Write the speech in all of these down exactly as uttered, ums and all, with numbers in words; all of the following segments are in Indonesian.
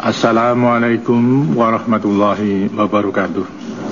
Assalamualaikum warahmatullahi wabarakatuh.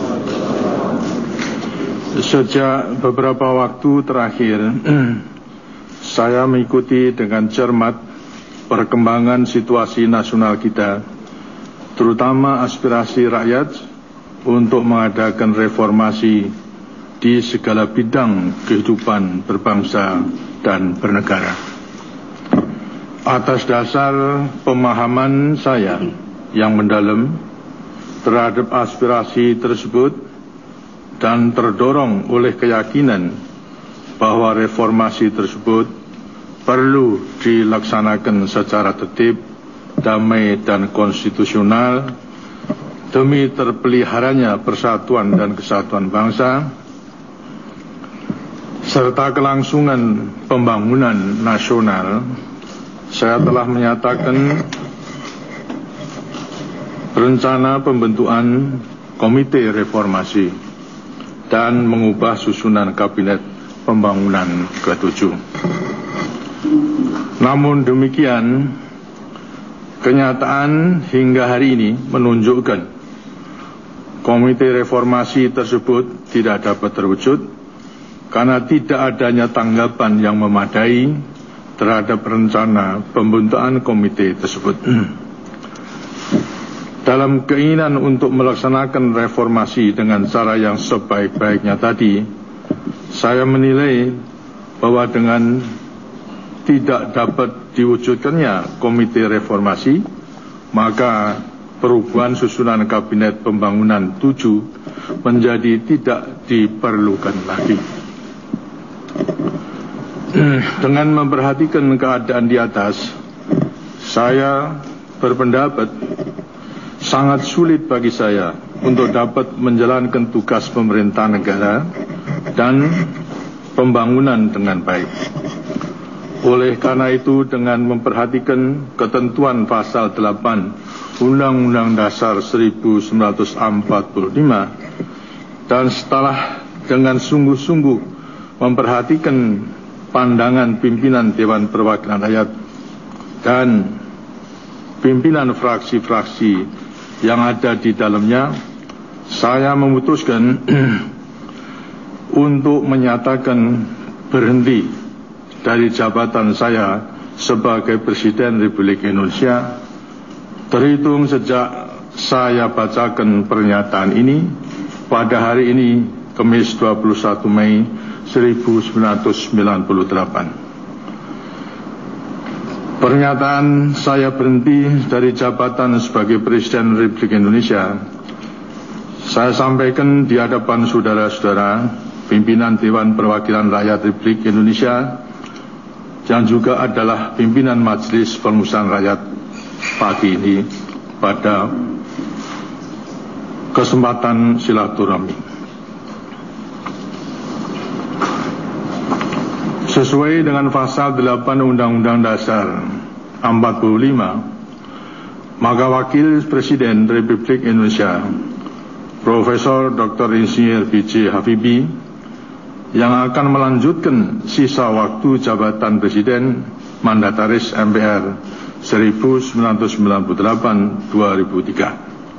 Sejak beberapa waktu terakhir, saya mengikuti dengan cermat perkembangan situasi nasional kita, terutama aspirasi rakyat untuk mengadakan reformasi di segala bidang kehidupan berbangsa dan bernegara. Atas dasar pemahaman saya yang mendalam terhadap aspirasi tersebut dan terdorong oleh keyakinan bahwa reformasi tersebut perlu dilaksanakan secara tertib, damai dan konstitusional demi terpeliharanya persatuan dan kesatuan bangsa serta kelangsungan pembangunan nasional, saya telah menyatakan rencana pembentukan Komite Reformasi dan mengubah susunan Kabinet Pembangunan ketujuh. Namun demikian, kenyataan hingga hari ini menunjukkan Komite Reformasi tersebut tidak dapat terwujud karena tidak adanya tanggapan yang memadai terhadap rencana pembentukan komite tersebut. Dalam keinginan untuk melaksanakan reformasi dengan cara yang sebaik-baiknya tadi, saya menilai bahwa dengan tidak dapat diwujudkannya komite reformasi, maka perubahan susunan Kabinet Pembangunan tujuh menjadi tidak diperlukan lagi. Dengan memperhatikan keadaan di atas, saya berpendapat sangat sulit bagi saya untuk dapat menjalankan tugas pemerintah negara dan pembangunan dengan baik. Oleh karena itu, dengan memperhatikan ketentuan pasal delapan Undang-Undang Dasar seribu sembilan ratus empat puluh lima dan setelah dengan sungguh-sungguh memperhatikan pandangan pimpinan Dewan Perwakilan Rakyat dan pimpinan fraksi-fraksi yang ada di dalamnya, saya memutuskan untuk menyatakan berhenti dari jabatan saya sebagai Presiden Republik Indonesia terhitung sejak saya bacakan pernyataan ini pada hari ini, Kamis dua puluh satu Mei seribu sembilan ratus sembilan puluh delapan. Pernyataan saya berhenti dari jabatan sebagai Presiden Republik Indonesia saya sampaikan di hadapan saudara-saudara pimpinan Dewan Perwakilan Rakyat Republik Indonesia yang juga adalah pimpinan Majelis Permusuhan Rakyat pagi ini pada kesempatan silaturahmi. Sesuai dengan pasal delapan Undang-Undang Dasar empat puluh lima, maka Wakil Presiden Republik Indonesia Profesor Doktor Insinyur B J Habibie yang akan melanjutkan sisa waktu jabatan Presiden Mandataris M P R seribu sembilan ratus sembilan puluh delapan sampai dua ribu tiga.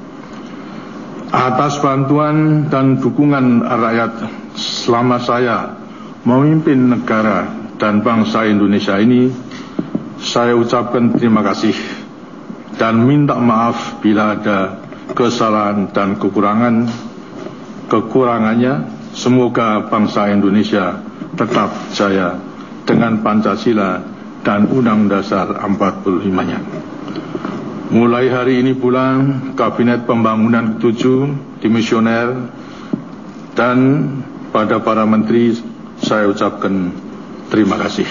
Atas bantuan dan dukungan rakyat selama saya memimpin negara dan bangsa Indonesia ini, saya ucapkan terima kasih dan minta maaf bila ada kesalahan dan kekurangan kekurangannya. Semoga bangsa Indonesia tetap jaya dengan Pancasila dan Undang Dasar empat puluh lima-nya. Mulai hari ini pula Kabinet Pembangunan ketujuh dimisioner dan pada para menteri saya ucapkan terima kasih.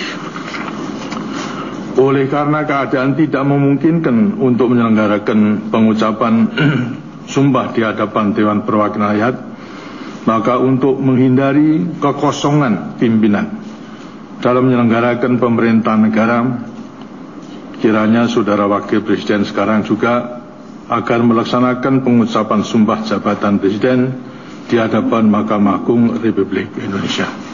Oleh karena keadaan tidak memungkinkan untuk menyelenggarakan pengucapan sumpah di hadapan Dewan Perwakilan Rakyat, maka untuk menghindari kekosongan pimpinan dalam menyelenggarakan pemerintahan negara, kiranya Saudara Wakil Presiden sekarang juga akan melaksanakan pengucapan sumpah jabatan Presiden di hadapan Mahkamah Agung Republik Indonesia.